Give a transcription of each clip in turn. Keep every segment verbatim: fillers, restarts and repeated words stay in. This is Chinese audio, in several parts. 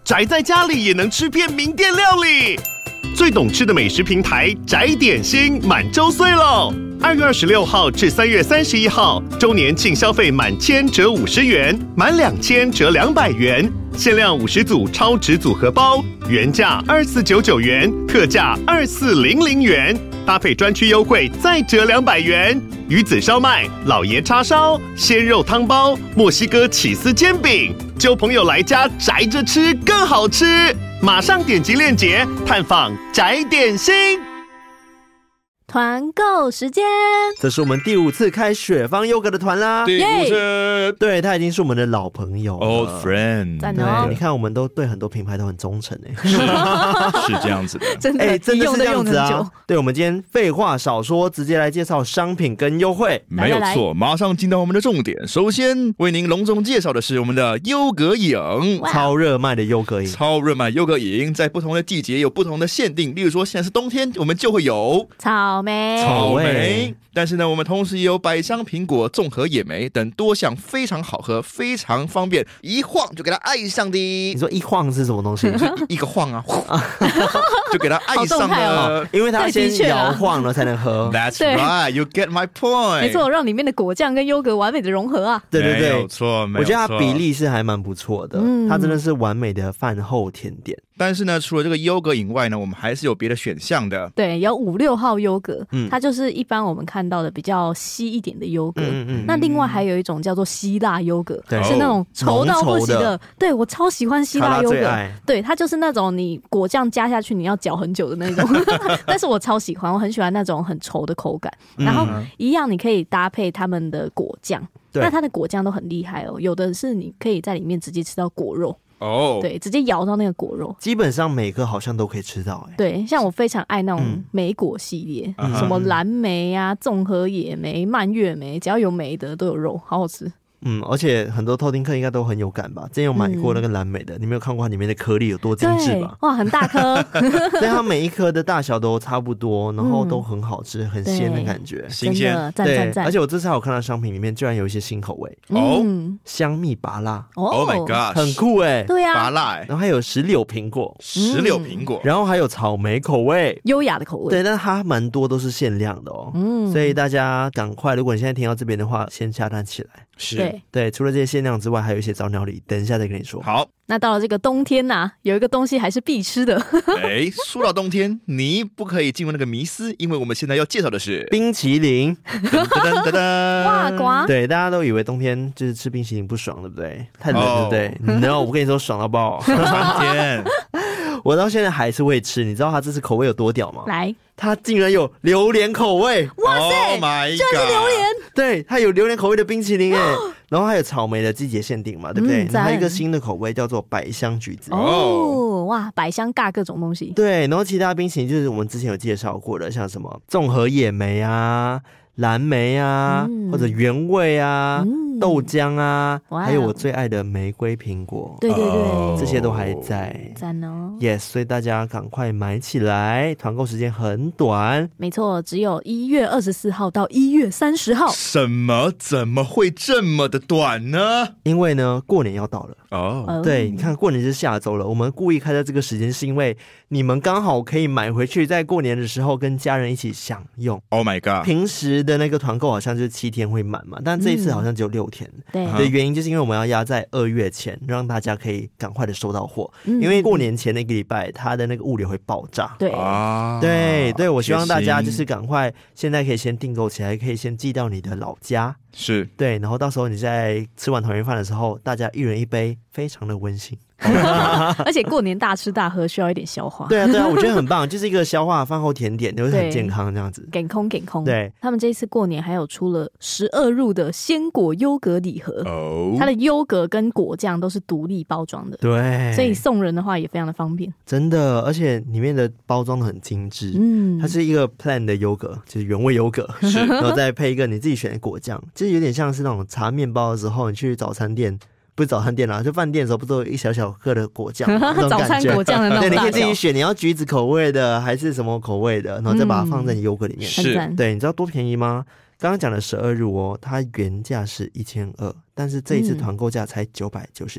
宅在家里也能吃遍名店料理。最懂吃的美食平台宅点心满周岁喽！二月二十六号至三月三十一号，周年庆消费满千折五十元，满两千折两百元，限量五十组超值组合包，原价二四九九元，特价二四零零元，搭配专区优惠再折两百元。鱼子烧麦、老爷叉烧、鲜肉汤包、墨西哥起司煎饼，揪朋友来家宅着吃更好吃。马上点击链接探访宅点心。 团购时间， 这是我们第五次开雪芳优格的团啦。 第五次， 对，他已经是我们的老朋友了 ，Old friend。 对， 赞哦！ 你看我们都对很多品牌都很忠诚哎， 是是这样子的， 真的， 哎，真的是这样子用啊。对，我们今天废话少说，直接来介绍商品跟优惠。 没有错，马上进到我们的重点。首先为您隆重介绍的是我们的优格饮， 超热卖的优格饮， 超热卖优格饮，在不同的季节有不同的限定，例如说现在是冬天，我们就会有草莓、 草莓，但是呢，我们同时也有百香苹果、综合野莓等多项非常好喝、非常方便，一晃就给它爱上的。 你说一晃是什么东西？ 一个晃啊，就给它爱上了， 哦、因为它先摇晃了才能喝。 That's right, you get my point。 没错，让里面的果酱跟优格完美的融合啊！ 对对对， 没有错，没有错。 我觉得它比例是还蛮不错的，嗯、它真的是完美的饭后甜点。 但是呢，除了这个优格以外呢，我们还是有别的选项的。 对，有五六号优格， 嗯， 它就是一般我们看到的比较稀一点的优格。 嗯嗯。 那另外还有一种叫做希腊优格， 对， 是那种稠到不行的。对，我超喜欢希腊优格。对，它就是那种你果酱加下去你要搅很久的那种，但是我超喜欢，我很喜欢那种很稠的口感。然后一样，你可以搭配他们的果酱。那它的果酱都很厉害哦，有的是你可以在里面直接吃到果肉。 哦、oh. 对，直接咬到那个果肉， 基本上每个好像都可以吃到、欸、 对，像我非常爱那种莓果系列，嗯、什么蓝莓啊、综合野莓、蔓越莓，只要有莓的都有肉，好好吃。 嗯，而且很多偷听客应该都很有感吧？之前有买过那个蓝莓的，嗯、你没有看过它里面的颗粒有多精致吧？ 哇，很大颗， 所以它每一颗的大小都差不多，然后都很好吃，很鲜的感觉， 新鲜， 赞赞赞！ 而且我这次还有看到商品里面居然有一些新口味哦， 香蜜芭乐 ，Oh my god， 很酷哎、欸， 对啊， 芭乐、欸， 然后还有石榴苹果， 石榴苹果， 然后还有草莓口味， 优雅的口味， 对，但它蛮多都是限量的哦，嗯，所以大家赶快，如果你现在听到这边的话，先下单起来。 是， 对对，除了这些限量之外，还有一些早鸟礼，等一下再跟你说。 好， 那到了这个冬天呐、啊，有一个东西还是必吃的。 哎，说到冬天，你不可以进入那个迷思，因为我们现在要介绍的是冰淇淋。 噔噔噔噔， 哇瓜！ 对，大家都以为冬天就是吃冰淇淋不爽，对不对？太冷，对不对、oh. ？No， 我跟你说，爽到爆！ 天， 我到现在还是会吃。你知道它这次口味有多屌吗？ 来， 它竟然有榴莲口味！ 哇塞 ，Oh my god， 居然是榴莲！ 对，它有榴莲口味的冰淇淋哎。然后还有草莓的季节限定嘛，对不对？嗯、然后还有一个新的口味叫做百香橘子。 哦，哇，百香尬各种东西。 对，然后其他冰淇淋就是我们之前有介绍过的，像什么综合野莓啊、蓝莓啊，嗯、或者原味啊、嗯、豆浆啊，还有我最爱的玫瑰苹果。 对对对， 这些都还在。 赞哦 ！Yes， 所以大家赶快买起来，团购时间很短。 没错，只有一月二十四号到一月三十号。 什么？怎么会这么的短呢？ 因为呢，过年要到了。 哦、 oh. 对，你看过年是下周了，我们故意开在这个时间，是因为你们刚好可以买回去，在过年的时候跟家人一起享用。 Oh my god！ 平时的那个团购好像就是七天会满嘛，但这一次好像只有六天。 对、 嗯，的原因就是因为我们要压在二月前，让大家可以赶快的收到货、嗯，因为过年前那个礼拜它的那个物流会爆炸。 对啊， 对对，我希望大家就是赶快，现在可以先订购起来，可以先寄到你的老家。 是， 对，然后到时候你在吃完团圆饭的时候，大家一人一杯，非常的温馨。 而且过年大吃大喝需要一点消化。 对啊对啊，我觉得很棒，就是一个消化饭后甜点，就是很健康这样子。 给空给空。 对， 他们这一次过年还有出了十二入的鲜果优格礼盒， 哦， 它的优格跟果酱都是独立包装的。 对， 所以送人的话也非常的方便。 真的，而且里面的包装很精致。嗯，它是一个 plain 的优格，就是原味优格，是，然后再配一个你自己选的果酱，就是有点像是那种茶面包的时候，你去早餐店。不是早餐店啦，就饭店的时候不都有一小小颗的果酱那种感觉， 早餐果酱的那种大小。 对，你可以自己选，你要橘子口味的还是什么口味的，然后再把它放在你优格里面。 是、 嗯， 对，你知道多便宜吗？刚刚讲的十二入哦，它原价是一千二，但是这一次团购价才九百九十九。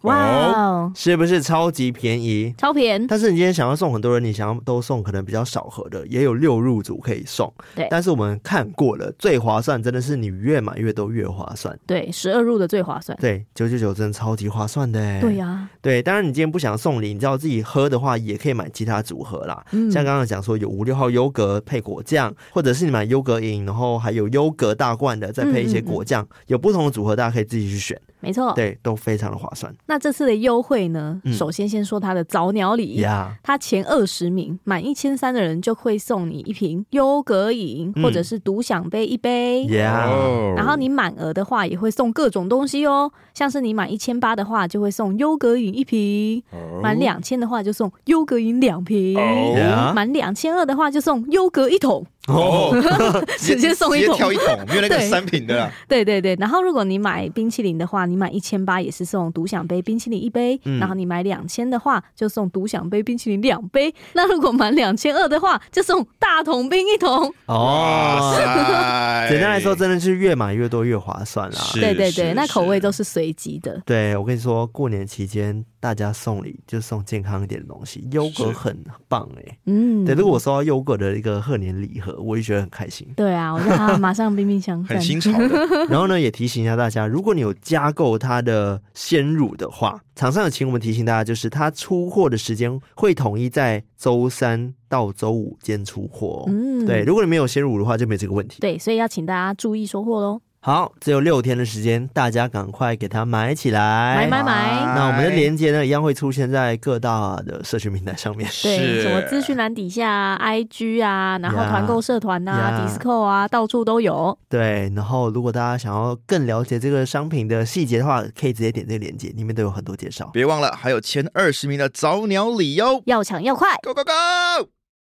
哇哦， 是不是超级便宜？ 超便宜。 但是你今天想要送很多人，你想要都送可能比较少盒的，也有六入组可以送。 对， 但是我们看过了，最划算真的是你越买越多越划算。 对，十二入的最划算。 对，九九九真的超级划算的。 对呀、啊， 对，当然你今天不想送礼，你知道自己喝的话，也可以买其他组合啦。嗯、像刚刚讲说有五六号优格配果酱，或者是你买优格饮，然后还有优格大罐的，再配一些果酱，嗯嗯嗯有不同的组合，大家可以自己去选。 没错， 对，都非常的划算。 那这次的优惠呢？嗯、首先先说它的早鸟礼， yeah. 它前二十名满一千三的人就会送你一瓶优格饮，嗯、或者是独享杯一杯。 Yeah. 然后你满额的话也会送各种东西哦，像是你满一千八的话就会送优格饮一瓶，满两千的话就送优格饮两瓶，满两千二的话就送优格一桶。 哦， 直接送一桶， 直接挑一桶，没有那个三瓶的啦。 对对对，然后如果你买冰淇淋的话，你买一千八也是送独享杯冰淇淋一杯，嗯、然后你买两千的话就送独享杯冰淇淋两杯。那如果满两千二的话，就送大桶冰一桶。 哦，简单来说，真的是越买越多越划算啦。 对对对，那口味都是随机的。 对，我跟你说，过年期间大家送礼就送健康一点的东西，优格很棒哎、欸。嗯，对，如果我收到优格的一个贺年礼盒，我也觉得很开心。 对啊，我让他马上冰冰箱， 很新潮的。 然后呢，也提醒一下大家，如果你有加购它的鲜乳的话，厂商有请我们提醒大家，就是它出货的时间会统一在周三到周五间出货、哦。嗯，对，如果你没有鲜乳的话，就没这个问题。 对，所以要请大家注意收货咯。 好，只有六天的时间，大家赶快给它买起来， 买买买！ 那我们的链接呢，一样会出现在各大的社群平台上面。 对，什么资讯栏底下 I G 啊，然后团购社团啊、yeah, Discord 啊，到处都有。 对，然后如果大家想要更了解这个商品的细节的话，可以直接点这个链接，里面都有很多介绍。 别忘了，还有前二十名的早鸟礼哟， 要抢要快 ，Go Go Go！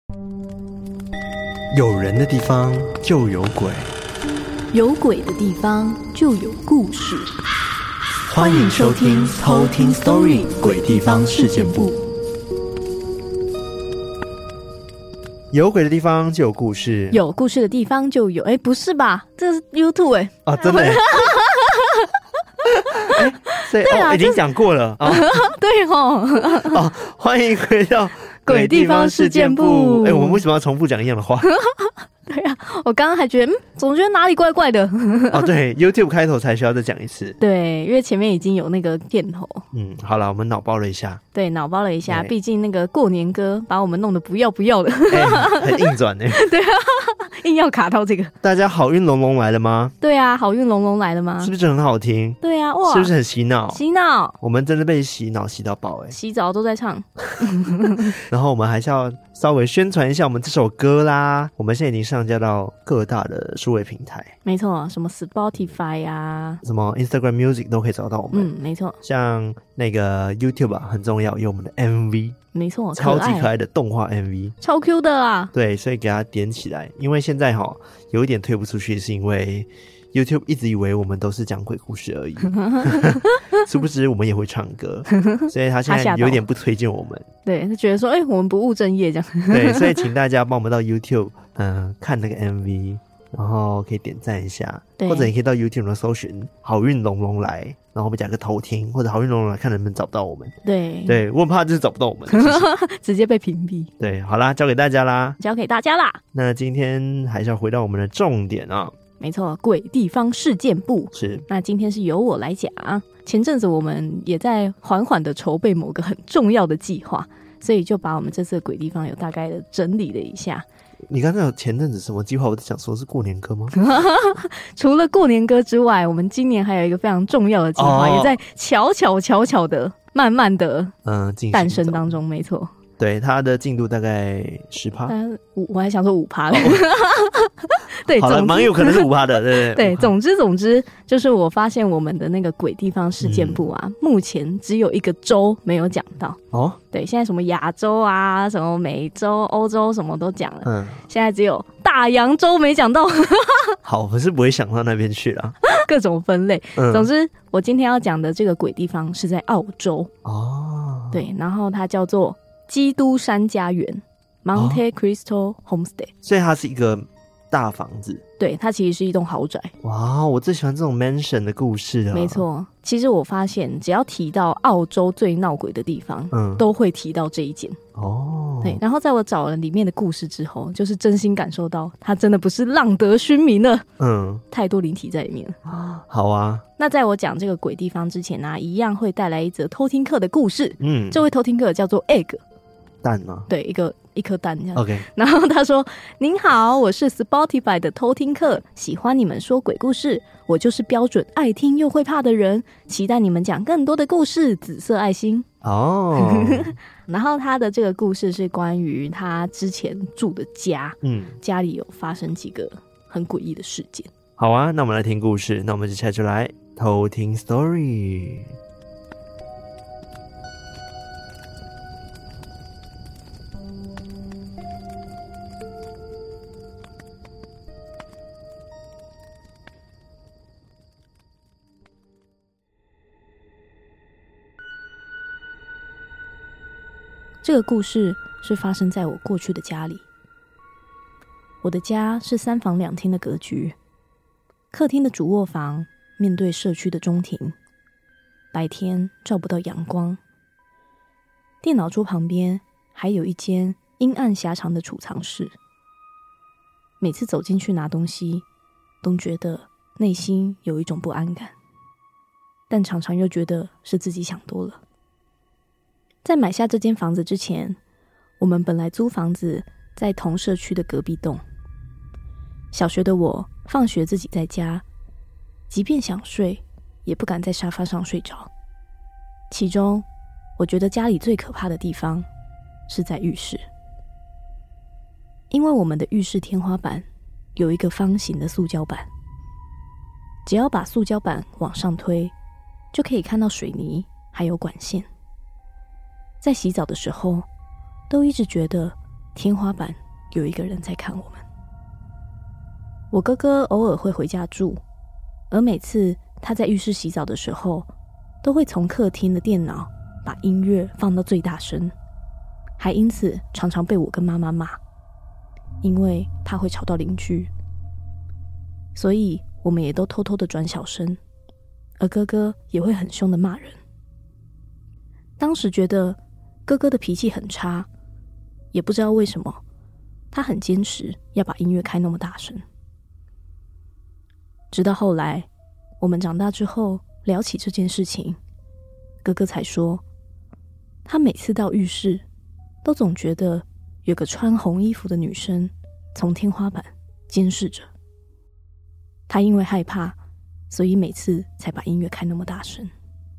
有人的地方就有鬼。 有鬼的地方就有故事， 欢迎收听偷听 Story 鬼地方事件部。有鬼的地方就有故事， 有故事的地方就有……哎，不是吧？这是 YouTube 哎、 欸！啊，真的、欸。哎，对啊、哦，已经讲过了啊。 对哦。 哦，欢迎回到鬼地方事件部。哎，我们为什么要重复讲一样的话？ 对啊，我刚刚还觉得，嗯，总觉得哪里怪怪的。 哦，对 ，YouTube 开头才需要再讲一次。 对，因为前面已经有那个片头。 嗯，好了，我们脑包了一下。 对，脑包了一下，毕竟那个过年歌把我们弄得不要不要的， 欸、很硬转呢、欸。 对啊，硬要卡到这个。 大家好运龙龙来了吗？ 对啊，好运龙龙来了吗？ 是不是很好听？ 对啊，哇， 是不是很洗脑？ 洗脑， 我们真的被洗脑洗到爆哎、欸！ 洗澡都在唱。 然后我们还是要稍微宣传一下我们这首歌啦。我们现在已经上架到各大的数位平台， 没错，什么 Spotify 啊， 什么 Instagram Music 都可以找到我们。 嗯，没错。像那个 YouTube 啊，很重要，有我们的 M V， 没错， 超级可爱的动画 M V， 超 Q 的啊。 对，所以给它点起来。因为现在哈有一点推不出去，是因为 YouTube 一直以为我们都是讲鬼故事而已，殊不知我们也会唱歌，所以他现在有一点不推荐我们。 对，他觉得说，哎、欸，我们不务正业这样。 对，所以请大家帮我们到 YouTube， 嗯、呃，看那个 M V， 然后可以点赞一下，或者你可以到 YouTube 上搜寻“好运龙龙来”，然后我们讲个偷听，或者“好运龙龙来”，看能不能找不到我们。对，对我很怕就是找不到我们， 直接被屏蔽。 对，好啦，交给大家啦， 交给大家啦。 那今天还是要回到我们的重点啊。 没错，鬼地方事件部是。 那今天是由我来讲。前阵子我们也在缓缓的筹备某个很重要的计划，所以就把我们这次的鬼地方有大概的整理了一下。 你刚才有前阵子什么计划？我在想说是过年歌吗？ 除了过年歌之外，我们今年还有一个非常重要的计划、哦，也在悄悄悄悄的、慢慢的嗯诞生当中。没错。 对，它的进度大概十趴， 五我还想说五趴嘞。对， 好了，蛮有可能是五趴的，对对对。总之总之，就是我发现我们的那个鬼地方事件部啊，嗯、目前只有一个州没有讲到哦。对，现在什么亚洲啊，什么美洲、欧洲什么都讲了，嗯，现在只有大洋洲没讲到。 好，我是不会想到那边去了。 各种分类、嗯，总之我今天要讲的这个鬼地方是在澳洲哦。对，然后它叫做基督山家园 Monte Cristo Homestay，、哦、 所以它是一个大房子。 对，它其实是一栋豪宅。 哇，我最喜欢这种 mansion 的故事了。 没错，其实我发现只要提到澳洲最闹鬼的地方，嗯，都会提到这一间。哦，对，然后在我找了里面的故事之后，就是真心感受到它真的不是浪得虚名了。嗯，太多灵体在里面了。 好啊。 那在我讲这个鬼地方之前呢、啊，一样会带来一则偷听客的故事。嗯，这位偷听客叫做 Egg。 蛋吗？ 对，一个一颗蛋这样。 OK， 然后他说：“您好，我是 Spotify 的偷听客，喜欢你们说鬼故事，我就是标准爱听又会怕的人，期待你们讲更多的故事。”紫色爱心哦。然后他的这个故事是关于他之前住的家，嗯，家里有发生几个很诡异的事件。 好啊，那我们来听故事。那我们接下来就来偷听 story。 这个故事是发生在我过去的家里。我的家是三房两厅的格局，客厅的主卧房面对社区的中庭，白天照不到阳光。电脑桌旁边还有一间阴暗狭长的储藏室。每次走进去拿东西，都觉得内心有一种不安感，但常常又觉得是自己想多了。在买下这间房子之前，我们本来租房子在同社区的隔壁栋。小学的我放学自己在家，即便想睡也不敢在沙发上睡着。其中我觉得家里最可怕的地方是在浴室，因为我们的浴室天花板有一个方形的塑胶板，只要把塑胶板往上推，就可以看到水泥还有管线。在洗澡的时候，都一直觉得天花板有一个人在看我们。我哥哥偶尔会回家住，而每次他在浴室洗澡的时候，都会从客厅的电脑把音乐放到最大声，还因此常常被我跟妈妈骂，因为怕会吵到邻居。所以我们也都偷偷的转小声，而哥哥也会很凶的骂人。当时觉得哥哥的脾气很差，也不知道为什么他很坚持要把音乐开那么大声。直到后来我们长大之后聊起这件事情，哥哥才说他每次到浴室都总觉得有个穿红衣服的女生从天花板监视着他，因为害怕，所以每次才把音乐开那么大声。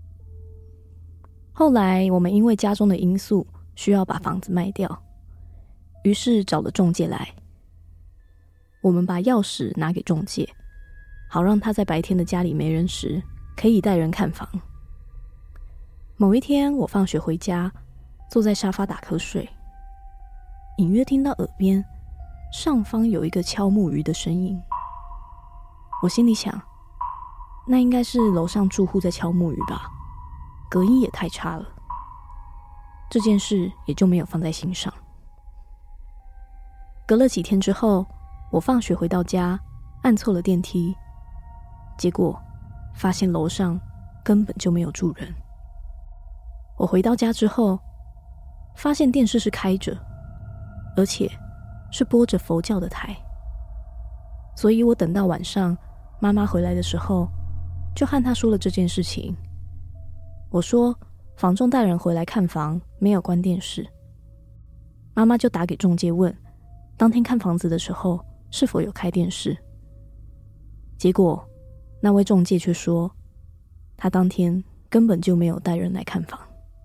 后来我们因为家中的因素需要把房子卖掉，于是找了仲介来。我们把钥匙拿给仲介，好让他在白天的家里没人时可以带人看房。某一天我放学回家，坐在沙发打瞌睡，隐约听到耳边上方有一个敲木鱼的声音。我心里想，那应该是楼上住户在敲木鱼吧，隔音也太差了。这件事也就没有放在心上。隔了几天之后，我放学回到家，按错了电梯，结果发现楼上根本就没有住人。我回到家之后，发现电视是开着，而且是播着佛教的台。所以我等到晚上妈妈回来的时候，就和她说了这件事情。我说房仲带人回来看房，没有关电视。妈妈就打给仲介问，当天看房子的时候是否有开电视。结果那位仲介却说，他当天根本就没有带人来看房。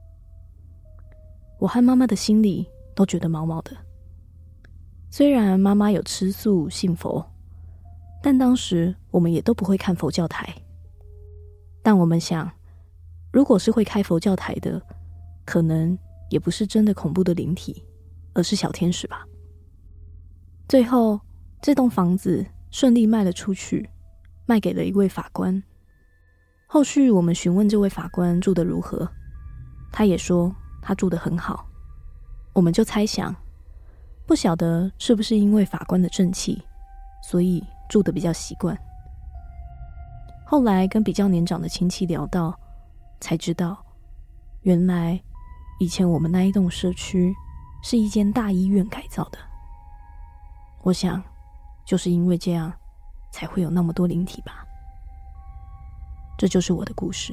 我和妈妈的心里都觉得毛毛的。虽然妈妈有吃素信佛，但当时我们也都不会看佛教台。但我们想，如果是会开佛教台的，可能也不是真的恐怖的灵体，而是小天使吧。最后这栋房子顺利卖了出去，卖给了一位法官。后续我们询问这位法官住得如何，他也说他住得很好。我们就猜想，不晓得是不是因为法官的正气， 所以住得比较习惯。后来跟比较年长的亲戚聊到，才知道原来以前我们那一栋社区是一间大医院改造的。我想就是因为这样才会有那么多灵体吧。这就是我的故事。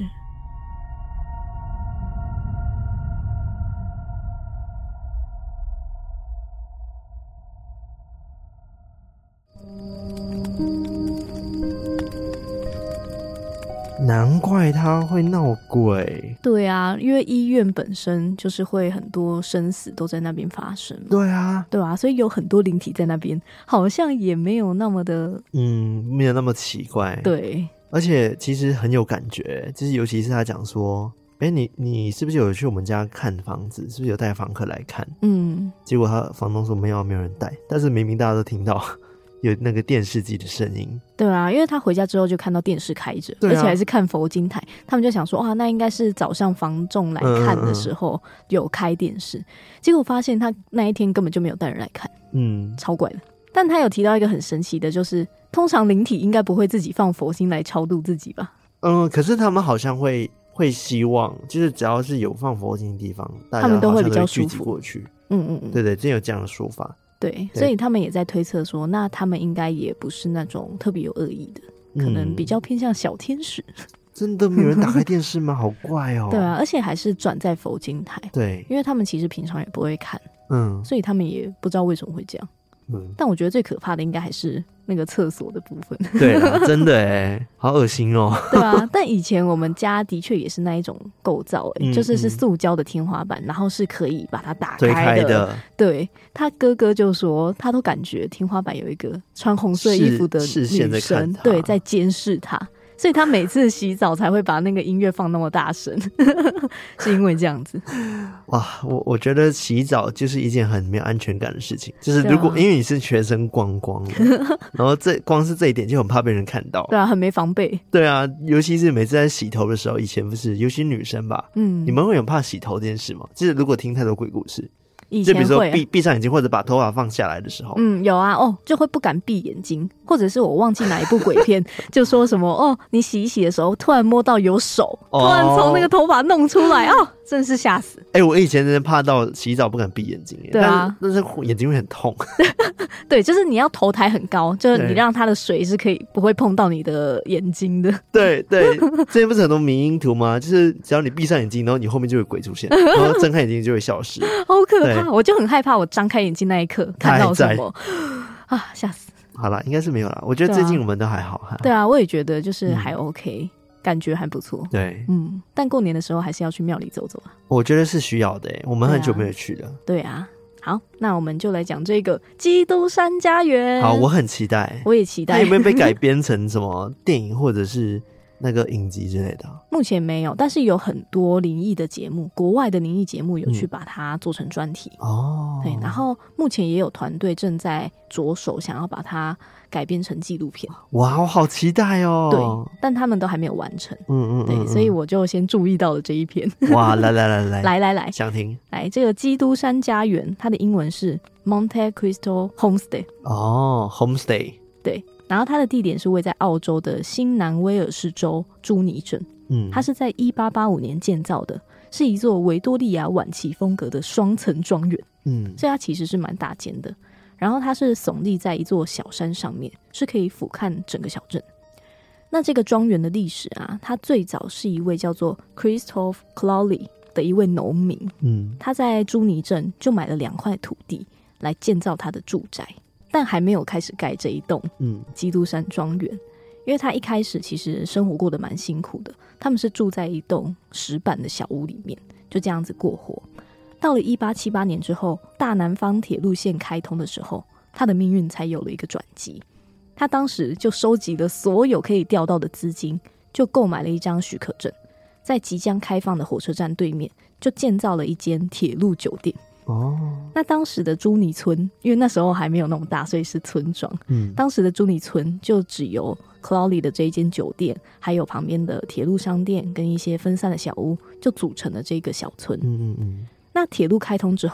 难怪他会闹鬼。 对啊，因为医院本身就是会很多生死都在那边发生。 对啊， 对啊，所以有很多灵体在那边，好像也没有那么的， 嗯，没有那么奇怪。 对， 而且其实很有感觉，就是尤其是他讲说，哎、欸，你你是不是有去我们家看房子？是不是有带房客来看？嗯，结果他房东说没有，没有人带，但是明明大家都听到有那个电视机的声音。 对啊，因为他回家之后就看到电视开着、啊、而且还是看佛经台，他们就想说哇，那应该是早上房仲来看的时候有开电视、嗯嗯、结果发现他那一天根本就没有带人来看。嗯，超怪的。但他有提到一个很神奇的，就是通常灵体应该不会自己放佛经来超度自己吧。 嗯，可是他们好像会会希望就是只要是有放佛经的地方，大家他们都会比较聚集过去。嗯嗯嗯，对对，真有这样的说法。 对，所以他们也在推测说，那他们应该也不是那种特别有恶意的、嗯、可能比较偏向小天使。 真的没有人打开电视吗？好怪哦。 对啊，而且还是转在佛经台。 对， 因为他们其实平常也不会看，嗯，所以他们也不知道为什么会这样。嗯，但我觉得最可怕的应该还是那个厕所的部分。 对啦，真的耶，好恶心哦。 对啊，但以前我们家的确也是那一种构造耶、嗯、就是是塑胶的天花板、嗯、然后是可以把它打开的。推开的。对，他哥哥就说他都感觉天花板有一个穿红色衣服的女生，对，在监视他，所以他每次洗澡才会把那个音乐放那么大声。是因为这样子。 哇，我我觉得洗澡就是一件很没有安全感的事情，就是如果、啊、因为你是全身光光的，然后这光是这一点就很怕被人看到。 对啊，很没防备。对啊，尤其是每次在洗头的时候，以前不是尤其女生吧，嗯，你们会很怕洗头这件事吗？就是如果听太多鬼故事， 以前会、啊、 就比如说闭闭上眼睛或者把头发放下来的时候， 嗯，有啊，哦，就会不敢闭眼睛，或者是我忘记哪一部鬼片，就说什么哦，你洗一洗的时候突然摸到有手，突然从那个头发弄出来，哦，真是吓死！ 哎、欸，我以前真的怕到洗澡不敢闭眼睛， 对啊， 但是眼睛会很痛。 对，就是你要头抬很高，就是你让它的水是可以不会碰到你的眼睛的。 对对，之前不是很多迷因图吗？就是只要你闭上眼睛，然后你后面就有鬼出现，然后睁开眼睛就会消失。 好可怕！我就很害怕，我张开眼睛那一刻看到什么啊，吓死！ 好啦，应该是没有啦。我觉得最近我们都还好。 对啊，我也觉得就是还 OK。嗯，感觉还不错。 对， 嗯，但过年的时候还是要去庙里走走啊。 我觉得是需要的耶，我们很久没有去了。 对啊，好，那我们就来讲这个基督山家园。 好，我很期待， 我也期待。 它有没有被改编成什么电影或者是那个影集之类的？ 目前没有，但是有很多灵异的节目，国外的灵异节目有去把它做成专题。哦、嗯，对，然后目前也有团队正在着手想要把它改编成纪录片。 哇，我好期待哦！ 对，但他们都还没有完成。嗯嗯，对，嗯，所以我就先注意到了这一篇。 哇，来来来来来来来， 想听。 来，这个基督山家园，它的英文是 Monte Cristo Homestay。 哦 ，Homestay。 对，然后它的地点是位在澳洲的新南威尔士州朱尼镇。嗯，它是在一八八五年建造的，是一座维多利亚晚期风格的双层庄园。嗯，所以它其实是蛮大间的。然后它是耸立在一座小山上面，是可以俯瞰整个小镇。那这个庄园的历史啊，它最早是一位叫做 Christopher Clowley 的一位农民，嗯，他在朱尼镇就买了两块土地来建造他的住宅，但还没有开始盖这一栋嗯基督山庄园，因为他一开始其实生活过得蛮辛苦的，他们是住在一栋石板的小屋里面，就这样子过活。到了一八七八年之后，大南方铁路线开通的时候，他的命运才有了一个转机。他当时就收集了所有可以调到的资金，就购买了一张许可证，在即将开放的火车站对面就建造了一间铁路酒店。哦，那当时的朱尼村，因为那时候还没有那么大，所以是村庄。嗯，当时的朱尼村就只有 Clowley 的这一间酒店，还有旁边的铁路商店跟一些分散的小屋，就组成了这个小村。嗯嗯嗯。那铁路开通之后，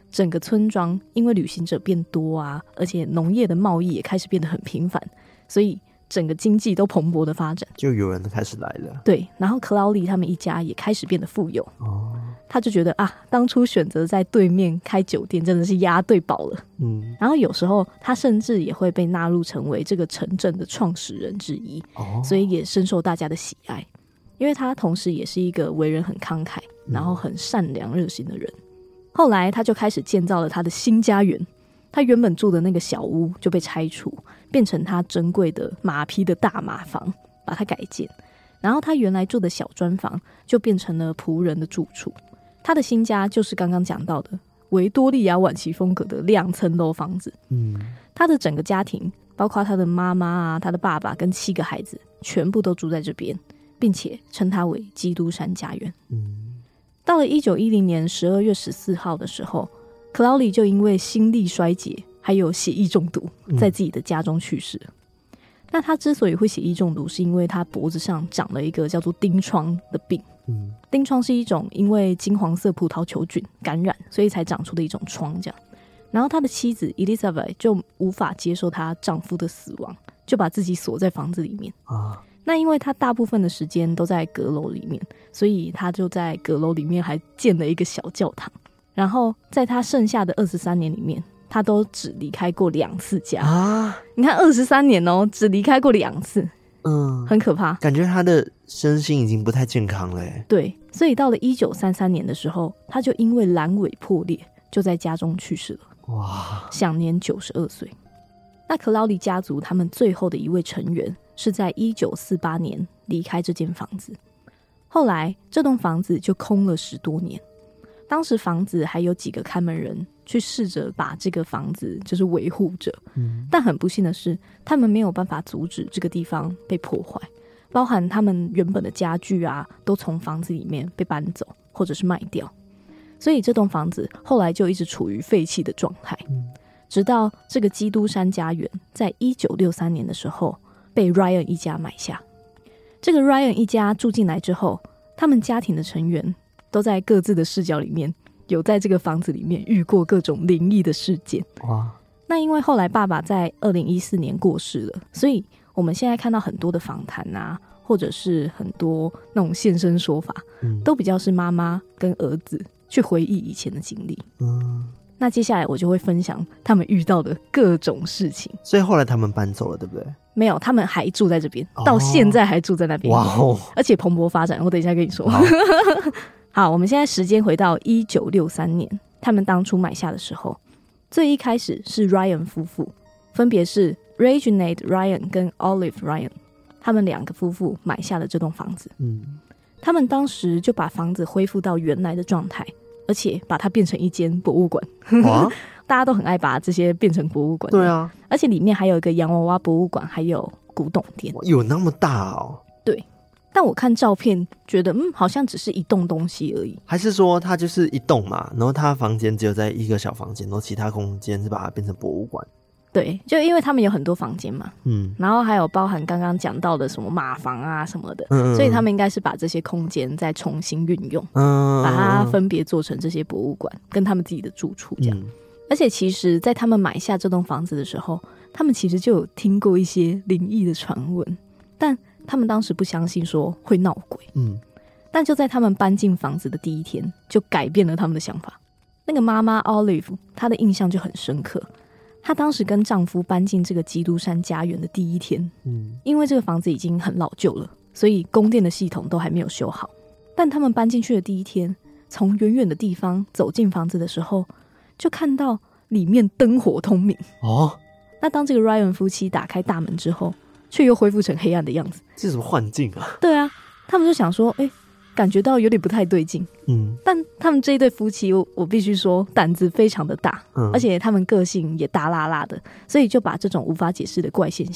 整个村庄因为旅行者变多啊，而且农业的贸易也开始变得很频繁，所以整个经济都蓬勃的发展， 就有人开始来了。 对，然后克劳利他们一家也开始变得富有。哦，他就觉得啊，当初选择在对面开酒店真的是押对宝了。嗯，然后有时候他甚至也会被纳入成为这个城镇的创始人之一。哦，所以也深受大家的喜爱，因为他同时也是一个为人很慷慨，然后很善良热心的人。后来他就开始建造了他的新家园，他原本住的那个小屋就被拆除，变成他珍贵的马匹的大马房，把它改建。然后他原来住的小砖房就变成了仆人的住处。他的新家就是刚刚讲到的维多利亚晚期风格的两层楼房子。嗯，他的整个家庭，包括他的妈妈啊、他的爸爸跟七个孩子，全部都住在这边，并且称它为基督山家园。嗯，到了一九一零年十二月十四号的时候，克劳利就因为心力衰竭还有血液中毒，在自己的家中去世了。嗯，那他之所以会血液中毒，是因为他脖子上长了一个叫做钉疮的病。嗯，钉疮是一种因为金黄色葡萄球菌感染，所以才长出的一种疮这样。然后他的妻子 Elizabeth 就无法接受她丈夫的死亡，就把自己锁在房子里面。啊，那因为他大部分的时间都在阁楼里面，所以他就在阁楼里面还建了一个小教堂。然后在他剩下的二十三年里面，他都只离开过两次家啊！你看二十三年哦，只离开过两次，嗯，很可怕。感觉他的身心已经不太健康了耶。 对，所以到了一九三三年的时候，他就因为阑尾破裂，就在家中去世了。哇，享年九十二岁。那克劳利家族他们最后的一位成员是在一九四八年离开这间房子，后来这栋房子就空了十多年。当时房子还有几个看门人去试着把这个房子就是维护着，嗯，但很不幸的是，他们没有办法阻止这个地方被破坏，包含他们原本的家具啊，都从房子里面被搬走或者是卖掉，所以这栋房子后来就一直处于废弃的状态，嗯，直到这个基督山家园在一九六三年的时候被 Ryan 一家买下。这个 Ryan 一家住进来之后，他们家庭的成员都在各自的视角里面有在这个房子里面遇过各种灵异的事件。哇！那因为后来爸爸在二零一四年过世了，所以我们现在看到很多的访谈啊，或者是很多那种现身说法，嗯，都比较是妈妈跟儿子去回忆以前的经历。嗯，那接下来我就会分享他们遇到的各种事情。 所以后来他们搬走了，对不对？没有，他们还住在这边，哦，到现在还住在那边。哇哦！而且蓬勃发展，我等一下跟你说。好，我们现在时间回到一九六三年，他们当初买下的时候，最一开始是 Ryan 夫妇，分别是 Reginald Ryan 跟 Olive Ryan， 他们两个夫妇买下了这栋房子。嗯，他们当时就把房子恢复到原来的状态，而且把它变成一间博物馆。大家都很爱把这些变成博物馆。 对啊， 而且里面还有一个洋娃娃博物馆，还有古董店。 有那么大哦？ 对。但我看照片觉得嗯，好像只是一栋东西而已。 还是说它就是一栋嘛，然后它房间只有在一个小房间，然后其他空间是把它变成博物馆？ 对，就因为他们有很多房间嘛，嗯，然后还有包含刚刚讲到的什么马房啊什么的，嗯，所以他们应该是把这些空间再重新运用，嗯，把它分别做成这些博物馆跟他们自己的住处这样。嗯，而且其实在他们买下这栋房子的时候，他们其实就有听过一些灵异的传闻，但他们当时不相信说会闹鬼，嗯，但就在他们搬进房子的第一天，就改变了他们的想法。那个妈妈 Olive， 她的印象就很深刻。她当时跟丈夫搬进这个基督山家园的第一天，嗯，因为这个房子已经很老旧了，所以供电的系统都还没有修好。但他们搬进去的第一天，从远远的地方走进房子的时候，就看到里面灯火通明。哦，那当这个 Ryan 夫妻打开大门之后，却又恢复成黑暗的样子。 这是什么幻境啊？ 对啊，他们就想说，哎、欸，感觉到有点不太对劲。嗯，但他们这一对夫妻，我, 我必须说胆子非常的大，嗯，而且他们个性也大辣辣的，所以就把这种无法解释的怪现象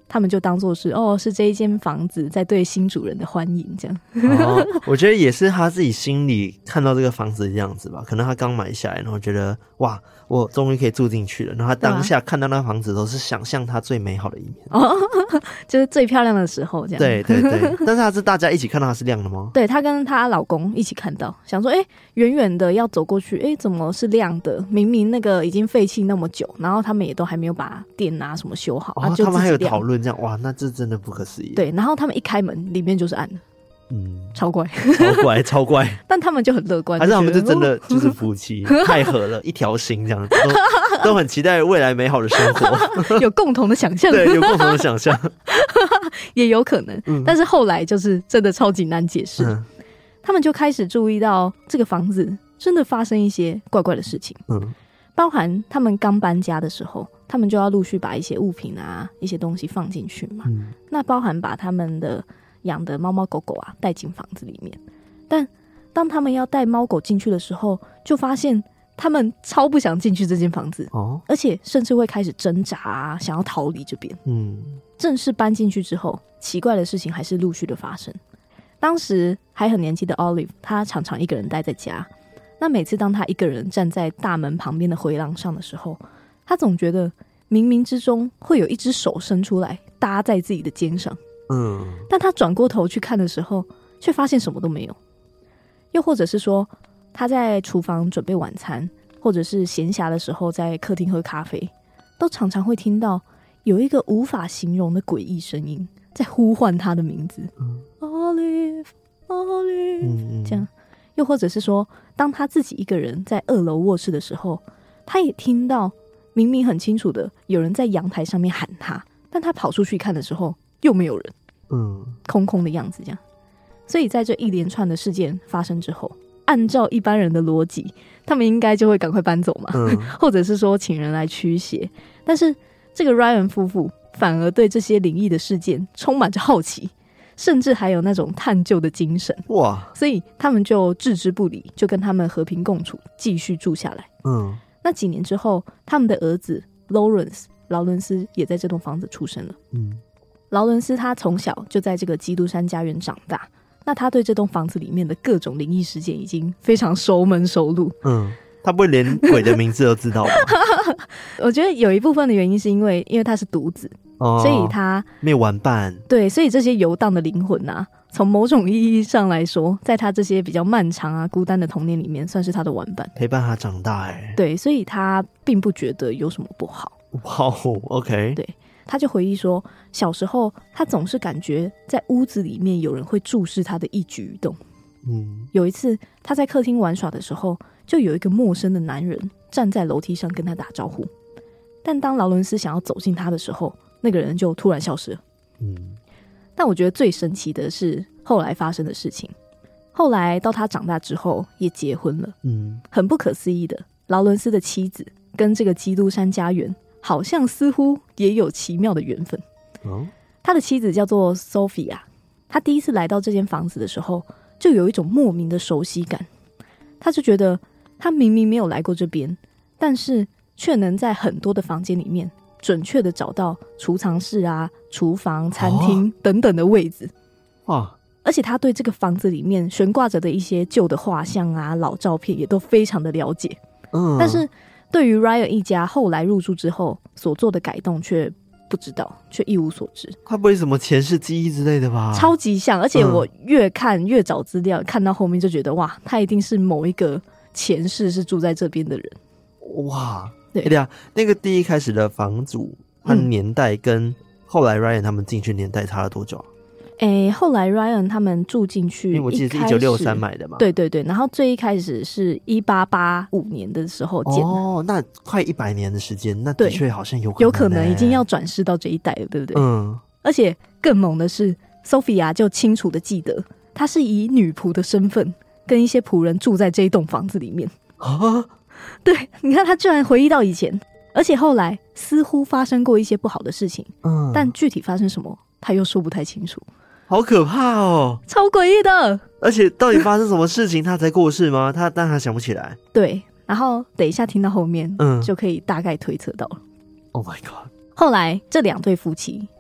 他们就当作是哦，是这一间房子在对新主人的欢迎这样。 哦，我觉得也是他自己心里看到这个房子的样子吧，可能他刚买下来，然后觉得哇，我终于可以住进去了，然后他当下看到那个房子都是想象他最美好的一面， 哦，就是最漂亮的时候这样。 对对对，但是他是大家一起看到他是亮的吗？ 对，她跟她老公一起看到，想说哎，远远的要走过去，哎，怎么是亮的？明明那个已经废弃那么久，然后他们也都还没有把电啊什么修好， 哦， 就他们还有讨论这样，哇，那这真的不可思议。 对，然后他们一开门，里面就是暗的，嗯，超怪， 超怪，超怪。 但他们就很乐观， 还是他们就真的就是夫妻，太合了，一条心这样，都都很期待未来美好的生活， 有共同的想象， 对，有共同的想象， 也有可能、嗯。但是后来就是真的超级难解释、嗯，他们就开始注意到这个房子真的发生一些怪怪的事情，嗯，包含他们刚搬家的时候。他们就要陆续把一些物品啊一些东西放进去嘛、嗯、那包含把他们的养的猫猫狗狗啊带进房子里面，但当他们要带猫狗进去的时候，就发现他们超不想进去这间房子、哦、而且甚至会开始挣扎啊，想要逃离这边。嗯，正式搬进去之后，奇怪的事情还是陆续的发生。当时还很年轻的 Olive 他常常一个人待在家，那每次当他一个人站在大门旁边的回廊上的时候，他总觉得冥冥之中会有一只手伸出来搭在自己的肩上，嗯，但他转过头去看的时候却发现什么都没有。又或者是说他在厨房准备晚餐，或者是闲暇的时候在客厅喝咖啡，都常常会听到有一个无法形容的诡异声音在呼唤他的名字、嗯、Olive Olive、嗯、这样。又或者是说当他自己一个人在二楼卧室的时候，他也听到明明很清楚的有人在阳台上面喊他，但他跑出去看的时候又没有人，嗯，空空的样子这样。所以在这一连串的事件发生之后，按照一般人的逻辑，他们应该就会赶快搬走嘛、嗯、或者是说请人来驱邪。但是这个 Ryan 夫妇反而对这些灵异的事件充满着好奇，甚至还有那种探究的精神。哇！所以他们就置之不理，就跟他们和平共处，继续住下来。嗯。那几年之后，他们的儿子 Lawrence 劳伦斯也在这栋房子出生了。嗯，劳伦斯他从小就在这个基督山家园长大，那他对这栋房子里面的各种灵异事件已经非常熟门熟路。嗯， 他不会连鬼的名字都知道吧？ 我觉得有一部分的原因是因为因为他是独子、哦、所以他没有玩伴。 对，所以这些游荡的灵魂啊，从某种意义上来说，在他这些比较漫长啊孤单的童年里面算是他的玩伴， 陪伴他长大耶。 对，所以他并不觉得有什么不好。 哇、wow, OK。 对，他就回忆说小时候他总是感觉在屋子里面有人会注视他的一举一动。嗯，有一次他在客厅玩耍的时候，就有一个陌生的男人站在楼梯上跟他打招呼，但当劳伦斯想要走近他的时候，那个人就突然消失了。嗯，但我觉得最神奇的是后来发生的事情。后来到他长大之后也结婚了。嗯，很不可思议的，劳伦斯的妻子跟这个基督山家园好像似乎也有奇妙的缘分。哦，他的妻子叫做 Sophia， 他第一次来到这间房子的时候就有一种莫名的熟悉感。他就觉得他明明没有来过这边，但是却能在很多的房间里面准确的找到储藏室啊、厨房、餐厅等等的位置。哇！而且他对这个房子里面悬挂着的一些旧的画像啊、老照片也都非常的了解。嗯，但是对于 Ryan 一家后来入住之后所做的改动却不知道，却一无所知。 他不会什么前世记忆之类的吧？ 超级像，而且我越看、嗯、越找资料，看到后面就觉得哇，他一定是某一个前世是住在这边的人。 哇，对呀、欸，那个第一开始的房主，他年代跟后来 Ryan 他们进去年代差了多久啊？ 诶，后来 Ryan 他们住进去， 因为我记得是一九六三买的嘛。 对对对，然后最一开始是一八八五年的时候建的。 哦，那快一百年的时间，那的确好像有可能、欸、 有可能已经要转世到这一代了，对不对？嗯。而且更猛的是 ，Sophia 就清楚的记得，她是以女仆的身份跟一些仆人住在这一栋房子里面。啊，对，你看她居然回忆到以前，而且后来似乎发生过一些不好的事情，嗯，但具体发生什么，她又说不太清楚。 好可怕哦， 超诡异的。 而且到底发生什么事情他才过世吗？他但他想不起来。 对，然后等一下听到后面、嗯、就可以大概推测到了。 Oh my god。 后来这两对夫妻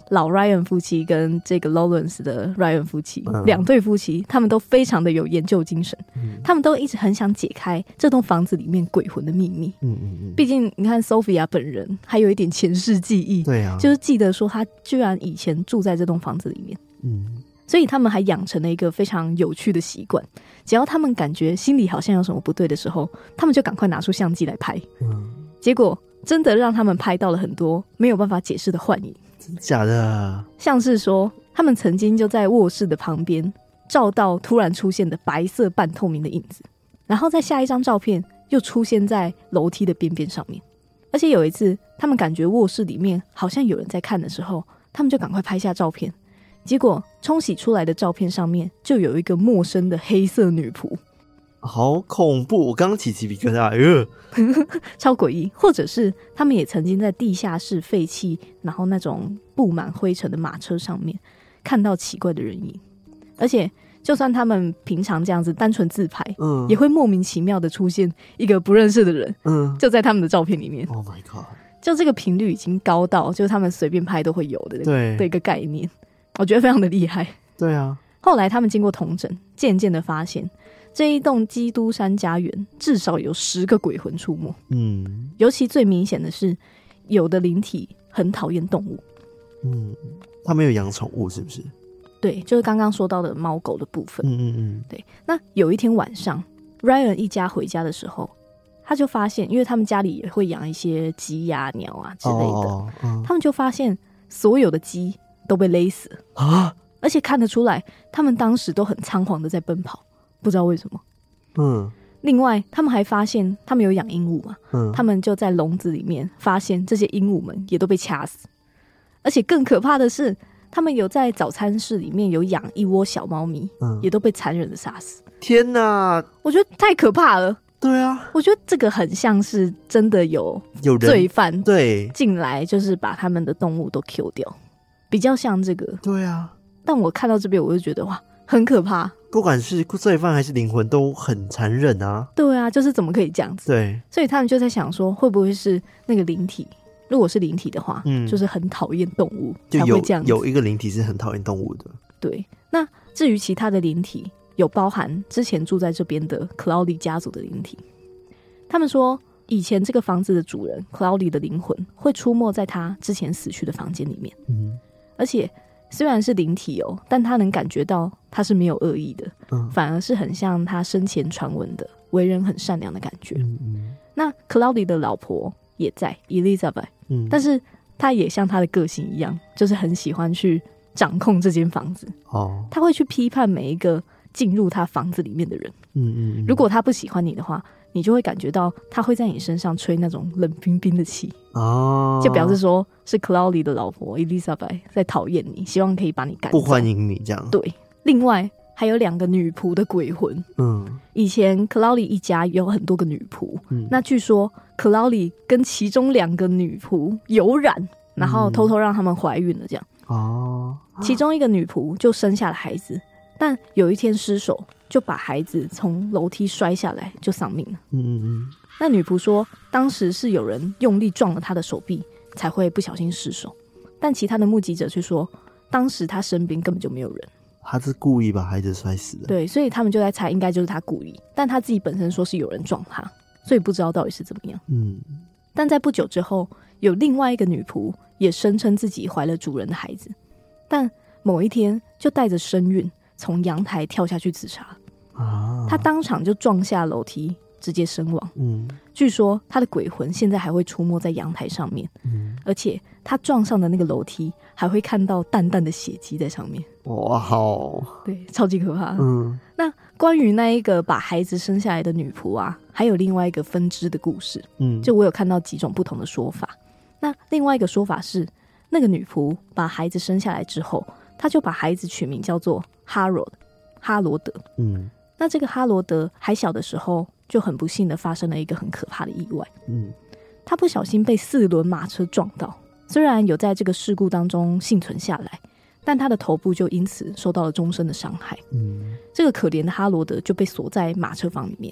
老 Ryan 夫妻跟这个 Lawrence 的 Ryan 夫妻、嗯、两对夫妻，他们都非常的有研究精神、嗯、他们都一直很想解开这栋房子里面鬼魂的秘密。嗯嗯嗯，毕竟你看 Sophia 本人还有一点前世记忆，对啊，就是记得说他居然以前住在这栋房子里面。嗯，所以他们还养成了一个非常有趣的习惯，只要他们感觉心里好像有什么不对的时候，他们就赶快拿出相机来拍。嗯，结果真的让他们拍到了很多没有办法解释的幻影。 真假的？像是说他们曾经就在卧室的旁边照到突然出现的白色半透明的影子，然后在下一张照片又出现在楼梯的边边上面。而且有一次他们感觉卧室里面好像有人在看的时候，他们就赶快拍下照片，结果冲洗出来的照片上面就有一个陌生的黑色女仆。 好恐怖，我刚刚起鸡皮疙瘩、呃、 超诡异。或者是他们也曾经在地下室废弃然后那种布满灰尘的马车上面看到奇怪的人影。而且就算他们平常这样子单纯自拍、嗯、也会莫名其妙的出现一个不认识的人、嗯、就在他们的照片里面。 Oh my god， 就这个频率已经高到就是他们随便拍都会有的的一个概念，我觉得非常的厉害。 对啊， 后来他们经过统整，渐渐的发现这一栋基督山家园至少有十个鬼魂出没。嗯，尤其最明显的是有的灵体很讨厌动物。 嗯，他们有养宠物是不是？ 对，就是刚刚说到的猫狗的部分。嗯嗯嗯，对。那有一天晚上 Ryan 一家回家的时候，他就发现因为他们家里也会养一些鸡呀、鸟啊之类的、哦嗯、他们就发现所有的鸡都被勒死了啊！而且看得出来他们当时都很仓皇的在奔跑，不知道为什么。嗯，另外他们还发现他们有养鹦鹉嘛，嗯，他们就在笼子里面发现这些鹦鹉们也都被掐死。而且更可怕的是他们有在早餐室里面有养一窝小猫咪、嗯、也都被残忍的杀死。 天哪， 我觉得太可怕了。 对啊， 我觉得这个很像是真的有有罪犯对进来就是把他们的动物都 kill 掉，比较像这个。 对啊， 但我看到这边我就觉得哇很可怕， 不管是罪犯还是灵魂都很残忍啊。 对啊，就是怎么可以这样子。 对， 所以他们就在想说会不会是那个灵体，如果是灵体的话、嗯、就是很讨厌动物才会这样子。 就有有一个灵体是很讨厌动物的。 对，那至于其他的灵体有包含之前住在这边的 Cloudy 家族的灵体，他们说以前这个房子的主人 Cloudy 的灵魂会出没在他之前死去的房间里面、嗯、而且虽然是灵体哦，但他能感觉到他是没有恶意的、嗯、反而是很像他生前传闻的为人很善良的感觉、嗯嗯、那 Cloudy 的老婆也在 Elizabeth、嗯、但是他也像他的个性一样，就是很喜欢去掌控这间房子、哦、他会去批判每一个进入他房子里面的人、嗯嗯嗯，如果他不喜欢你的话，你就会感觉到他会在你身上吹那种冷冰冰的气、哦、就表示说是 Cloudy 的老婆 Elizabeth 在讨厌你，希望可以把你赶走， 不欢迎你这样。 对，另外还有两个女仆的鬼魂。嗯，以前 Cloudy 一家有很多个女仆、嗯、那据说 Cloudy 跟其中两个女仆有染，然后偷偷让他们怀孕了这样、哦、其中一个女仆就生下了孩子，但有一天失手就把孩子从楼梯摔下来就丧命了。嗯嗯，那女仆说当时是有人用力撞了她的手臂才会不小心失手，但其他的目击者却说当时她身边根本就没有人， 她是故意把孩子摔死的。 对，所以他们就在猜应该就是她故意，但她自己本身说是有人撞她，所以不知道到底是怎么样。嗯，但在不久之后有另外一个女仆也声称自己怀了主人的孩子，但某一天就带着身孕从阳台跳下去自杀、啊、他当场就撞下楼梯直接身亡、嗯、据说他的鬼魂现在还会出没在阳台上面、嗯、而且他撞上的那个楼梯还会看到淡淡的血迹在上面。 哇好， 对，超级可怕。嗯，那关于那一个把孩子生下来的女仆啊，还有另外一个分支的故事。嗯，就我有看到几种不同的说法。那另外一个说法是那个女仆把孩子生下来之后，他就把孩子取名叫做哈罗哈罗德。嗯，那这个哈罗德还小的时候就很不幸的发生了一个很可怕的意外。嗯，他不小心被四轮马车撞到，虽然有在这个事故当中幸存下来，但他的头部就因此受到了终身的伤害。嗯，这个可怜的哈罗德就被锁在马车房里面，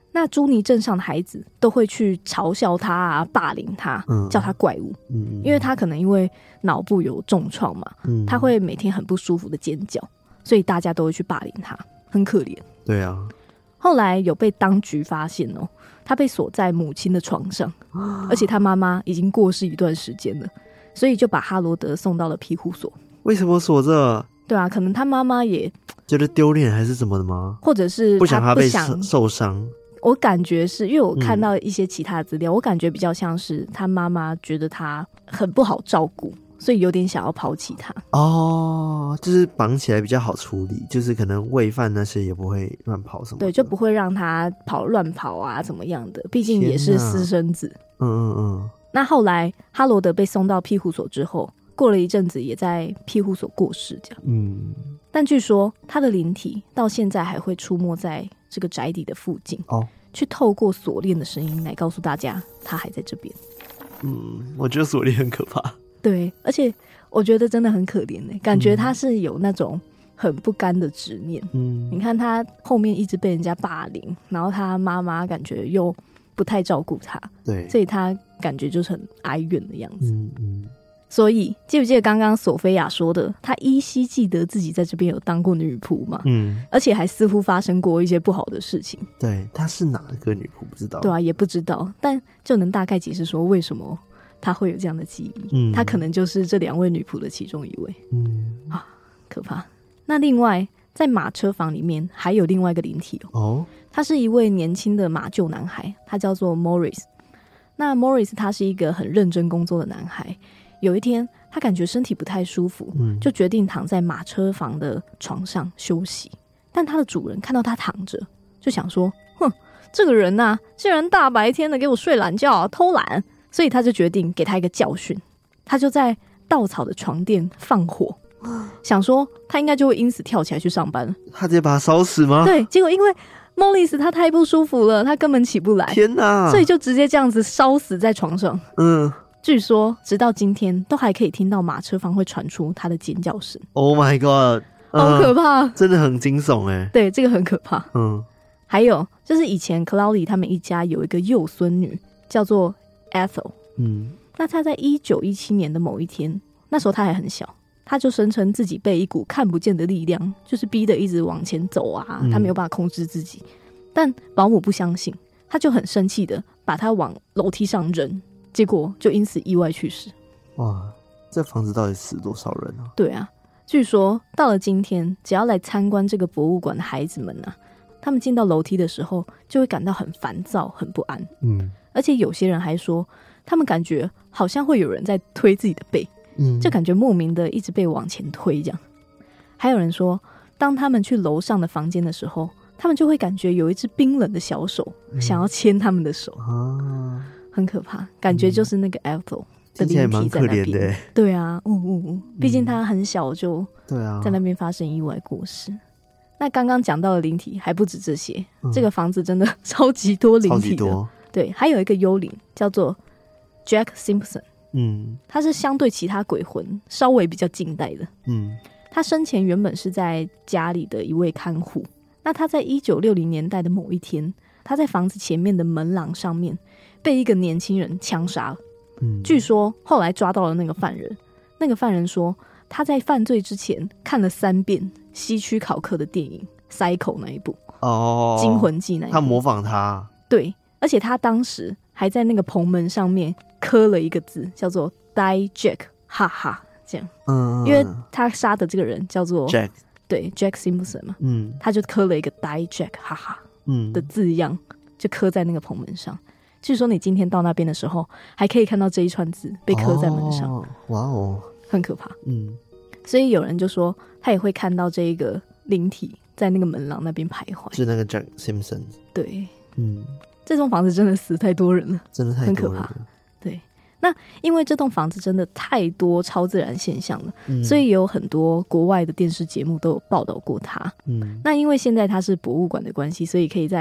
那朱尼镇上的孩子都会去嘲笑他啊，霸凌他，嗯、叫他怪物，嗯，因为他可能因为脑部有重创嘛，嗯，他会每天很不舒服的尖叫，所以大家都会去霸凌他，很可怜。 对啊。 后来有被当局发现哦，他被锁在母亲的床上，而且他妈妈已经过世一段时间了，所以就把哈罗德送到了庇护所。 为什么锁着？ 对啊，可能他妈妈也觉得丢脸还是怎么的吗？ 或者是不想他被受伤。 我感觉是因为我看到一些其他的资料、嗯、我感觉比较像是他妈妈觉得他很不好照顾，所以有点想要抛弃他。 哦，就是绑起来比较好处理，就是可能喂饭那些也不会乱跑什么的。 对，就不会让他跑乱跑啊怎么样的，毕竟也是私生子。 嗯嗯嗯。 那后来哈罗德被送到庇护所之后，过了一阵子也在庇护所过世这样。嗯。但据说他的灵体到现在还会出没在这个宅邸的附近，哦，去透过锁链的声音来告诉大家他还在这边。 嗯，我觉得锁链很可怕。 对，而且我觉得真的很可怜耶，感觉他是有那种很不甘的执念。嗯，你看他后面一直被人家霸凌，然后他妈妈感觉又不太照顾他，对，所以他感觉就是很哀怨的样子。嗯嗯。所以记不记得刚刚索菲亚说的，她依稀记得自己在这边有当过女仆嘛？嗯，而且还似乎发生过一些不好的事情。 对，她是哪个女仆不知道。 对啊，也不知道，但就能大概解释说为什么她会有这样的记忆。嗯，她可能就是这两位女仆的其中一位。嗯啊，可怕。那另外在马车房里面还有另外一个灵体哦，哦，他是一位年轻的马厩男孩，他叫做 Morris。那 Morris 他是一个很认真工作的男孩。有一天他感觉身体不太舒服、嗯、就决定躺在马车房的床上休息，但他的主人看到他躺着就想说，哼，这个人啊竟然大白天的给我睡懒觉偷懒，所以他就决定给他一个教训，他就在稻草的床垫放火，想说他应该就会因此跳起来去上班了。 他直接把他烧死吗？ 对，结果因为莫里斯他太不舒服了，他根本起不来， 天哪， 所以就直接这样子烧死在床上。嗯，据说直到今天都还可以听到马车房会传出他的尖叫声。 Oh my god， 好可怕、 嗯、真的很惊悚耶。 对，这个很可怕。嗯，还有就是以前 Claudia 他们一家有一个幼孙女叫做 Ethel。 嗯，那她在一九一七年的某一天，那时候她还很小，她就声称自己被一股看不见的力量就是逼得一直往前走啊，她没有办法控制自己、嗯、但保姆不相信，她就很生气的把她往楼梯上扔，结果就因此意外去世。 哇，这房子到底死多少人啊？ 对啊，据说到了今天，只要来参观这个博物馆的孩子们啊，他们进到楼梯的时候就会感到很烦躁很不安。嗯，而且有些人还说他们感觉好像会有人在推自己的背，嗯，就感觉莫名的一直被往前推这样。还有人说当他们去楼上的房间的时候，他们就会感觉有一只冰冷的小手、嗯、想要牵他们的手啊，很可怕，感觉就是那个 Ethel 的灵体在那边。对啊，嗯嗯嗯，毕竟他很小就在那边发生意外过世。那刚刚讲到的灵体还不止这些、嗯、这个房子真的超级多灵体的，超级多。对，还有一个幽灵叫做 Jack Simpson。 嗯，他是相对其他鬼魂稍微比较近代的。嗯，他生前原本是在家里的一位看护，那他在一九六零年代的某一天，他在房子前面的门廊上面被一个年轻人枪杀了。嗯，据说后来抓到了那个犯人，那个犯人说他在犯罪之前看了三遍希区考克的电影 Psycho 那一部哦，惊魂记那一部， 他模仿他。 对，而且他当时还在那个棚门上面刻了一个字叫做 Die Jack 哈哈这样。嗯，因为他杀的这个人叫做 Jack， 对 Jack Simpson 嘛，嗯，他就刻了一个 Die Jack 哈哈嗯的字样，就刻在那个棚门上。据说你今天到那边的时候还可以看到这一串字被刻在门上。哦，哇哦，很可怕。嗯，所以有人就说他也会看到这一个灵体在那个门廊那边徘徊， 是那个 Jack Simpson。 对，嗯，这栋房子真的死太多人了， 真的太多人了，很可怕。 对，那因为这栋房子真的太多超自然现象了、嗯、所以有很多国外的电视节目都有报道过它。嗯，那因为现在它是博物馆的关系，所以可以在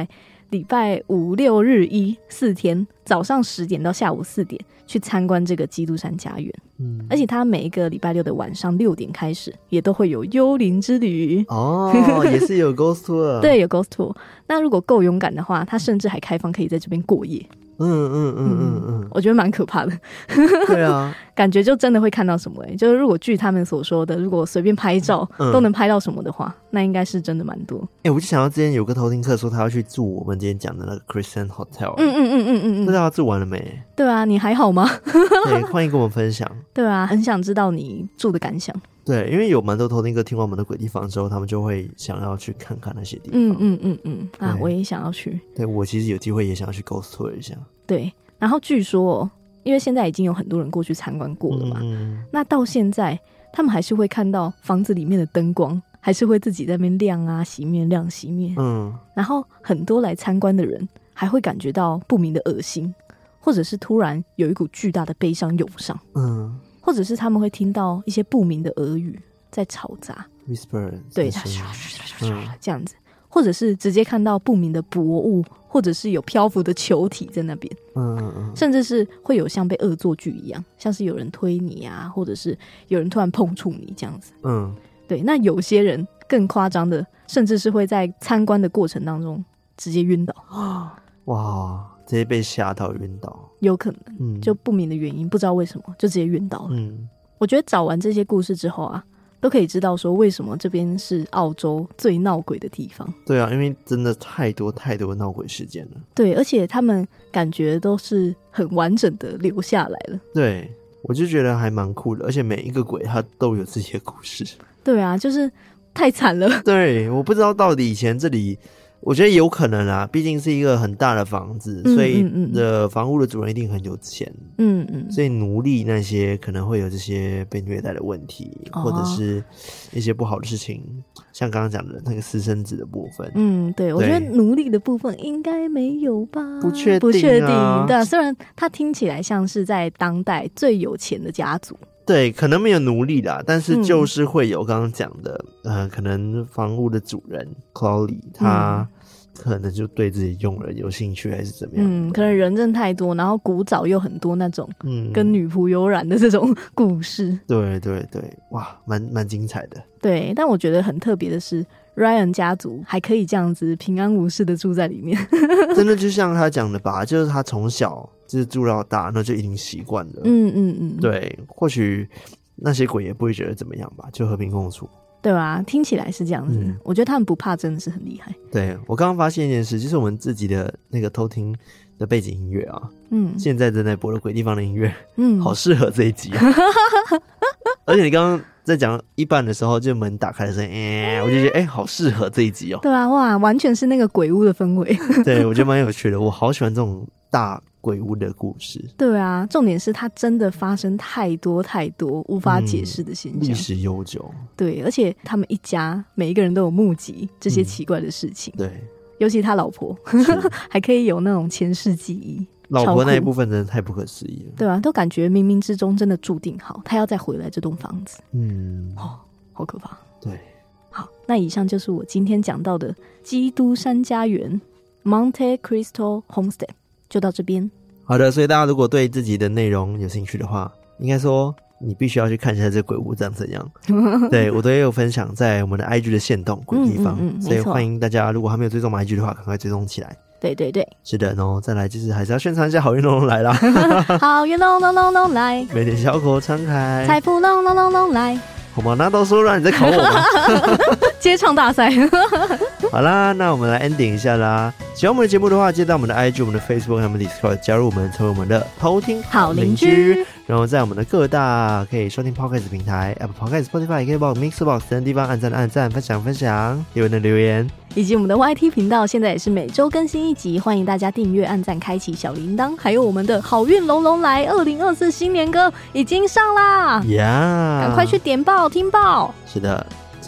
礼拜五六日一四天早上十点到下午四点去参观这个基督山家园。嗯，而且它每一个礼拜六的晚上六点开始也都会有幽灵之旅哦，也是有 ghost tour 对，有 ghost tour。 那如果够勇敢的话，它甚至还开放可以在这边过夜。 嗯嗯嗯嗯嗯， 我觉得蛮可怕的。 对啊， 感觉就真的会看到什么、欸、就是如果据他们所说的，如果随便拍照、嗯、都能拍到什么的话，那应该是真的蛮多。 哎、欸，我就想到之前有个偷听客说他要去住我们今天讲的那个 Crescent Hotel。 嗯嗯嗯嗯嗯， 不知道他住完了没？ 对啊，你还好吗？ 对，欢迎跟我们分享。 对啊，很想知道你住的感想。 对，因为有蛮多偷听客听完我们的鬼地方之后，他们就会想要去看看那些地方。 嗯嗯嗯嗯，啊，我也想要去。 对，我其实有机会也想要去 ghost tour 一下。 对，然后据说因为现在已经有很多人过去参观过了嘛、嗯、那到现在他们还是会看到房子里面的灯光还是会自己在那边亮啊熄灭亮熄灭。嗯，然后很多来参观的人还会感觉到不明的恶心，或者是突然有一股巨大的悲伤涌上。嗯，或者是他们会听到一些不明的俄语在嘈杂 whisper， 对，嗯、这样子，或者是直接看到不明的薄雾，或者是有漂浮的球体在那边。嗯嗯嗯，甚至是会有像被恶作剧一样，像是有人推你啊，或者是有人突然碰触你这样子。嗯，对。那有些人更夸张的，甚至是会在参观的过程当中直接晕倒。 哇，直接被吓到晕倒， 有可能。嗯，就不明的原因，不知道为什么就直接晕倒了。嗯，我觉得找完这些故事之后啊，都可以知道说为什么这边是澳洲最闹鬼的地方。 对啊，因为真的太多太多闹鬼事件了。 对，而且他们感觉都是很完整的留下来了。 对，我就觉得还蛮酷的，而且每一个鬼他都有自己的故事。 对啊，就是太惨了。 对，我不知道到底以前这里，我觉得有可能啊，毕竟是一个很大的房子，嗯嗯嗯，所以的房屋的主人一定很有钱。嗯嗯，所以奴隶那些可能会有这些被虐待的问题，哦，或者是一些不好的事情，像刚刚讲的那个私生子的部分。 嗯，对，我觉得奴隶的部分应该没有吧？ 不确定，啊， 不确定。对，虽然它听起来像是在当代最有钱的家族。 对，可能没有奴隶啦，但是就是会有刚刚讲的，嗯，呃，可能房屋的主人 Chloe 他可能就对自己佣人有兴趣，还是怎么样？ 嗯，可能人真太多，然后古早又很多那种，嗯，跟女仆有染的这种故事。 对对对，哇，蛮蛮精彩的。 对，但我觉得很特别的是 ，Ryan 家族还可以这样子平安无事的住在里面。 真的就像他讲的吧，就是他从小就是住到大，那就已经习惯了。嗯嗯嗯，对，或许那些鬼也不会觉得怎么样吧，就和平共处。 对啊，听起来是这样子。嗯，我觉得他们不怕真的是很厉害。 对，我刚刚发现一件事，就是我们自己的那个偷听的背景音乐啊，嗯，现在正在播的鬼地方的音乐，嗯，好适合这一集啊。而且你刚刚在讲一半的时候，就门打开的声音，欸，我就觉得哎，欸，好适合这一集哦。 对啊，哇，完全是那个鬼屋的氛围。 对，我觉得蛮有趣的，我好喜欢这种大鬼屋的故事。 对啊，重点是它真的发生太多太多无法解释的现象， 历史悠久。 对，而且他们一家每一个人都有目击这些奇怪的事情。 嗯，对， 尤其他老婆还可以有那种前世记忆。 老婆那一部分真的太不可思议了。 对啊，都感觉冥冥之中真的注定好，他要再回来这栋房子。嗯，哦，好可怕。 对， 好，那以上就是我今天讲到的基督山家园 Monte Cristo Homestead， 就到这边。 好的，所以大家如果对自己的内容有兴趣的话，应该说你必须要去看一下这鬼屋长怎样。对，我都有分享在我们的 I G 的限动鬼地方，嗯嗯嗯，所以欢迎大家，如果还没有追踪我们 I G 的话，赶快追踪起来。 对对对， 是的，然后再来就是还是要宣传一下好运龙龙来啦。 好运龙龙龙龙来， 每天小口常开， 财富龙龙龙龙来。 好吗？那都说让你在考我吗？ 接唱大赛。 好啦，那我们来 ending 一下啦。喜欢我们的节目的话，记得到我们的 I G、我们的 Facebook 和我们的 Discord 加入我们，成为我们的偷听好邻居。 然后在我们的各大可以收听 Podcast 平台 Apple Podcast、Spotify、K B O X、Mixbox 等地方按赞按赞、分享分享、留言的留言， 以及我们的 Y T 频道，现在也是每周更新一集，欢迎大家订阅、按赞、开启小铃铛。还有我们的好运龙龙来二零二四新年歌已经上啦， 呀， 赶快去点爆听爆。 是的。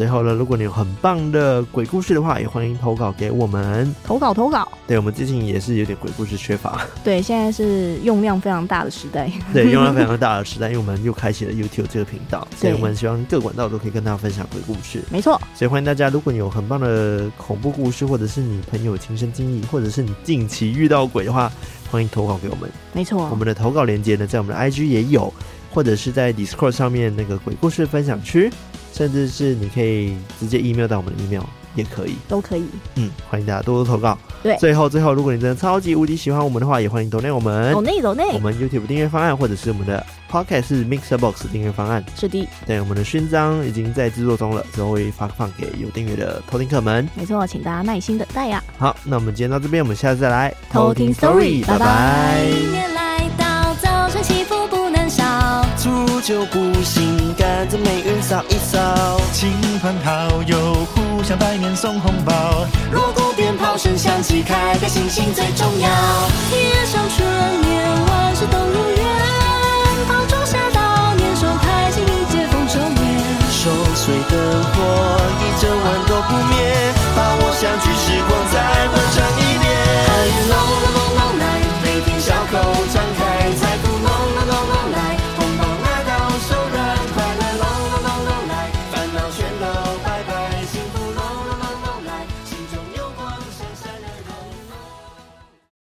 最后呢，如果你有很棒的鬼故事的话，也欢迎投稿给我们。 投稿投稿。 对，我们最近也是有点鬼故事缺乏。 对，现在是用量非常大的时代。 对，用量非常大的时代，因为我们又开启了 YouTube 这个频道，所以我们希望各管道都可以跟大家分享鬼故事。 没错。 所以欢迎大家，如果你有很棒的恐怖故事，或者是你朋友亲身经历，或者是你近期遇到鬼的话，欢迎投稿给我们。 没错。 我们的投稿连结呢，在我们的 I G 也有，或者是在 Discord 上面那个鬼故事分享区，甚至是你可以直接 email 到我们的 email 也可以， 都可以。 嗯，欢迎大家多多投稿。 对， 最后最后，如果你真的超级无敌喜欢我们的话，也欢迎 donate 我们 donate donate 我们 YouTube 订阅方案，或者是我们的 Podcast 是 Mixerbox 订阅方案。 是的。 对，我们的勋章已经在制作中了，之后会发放给有订阅的偷听客们。 没错，请大家耐心等待呀。 好，那我们今天到这边，我们下次再来偷听 Story， 拜拜。 一年来到早晨起伏不能少， 煮酒不醒，赶着霉运扫一扫， 亲朋好友互相拜年送红包， 锣鼓鞭炮声响起，开开心心最重要。天上春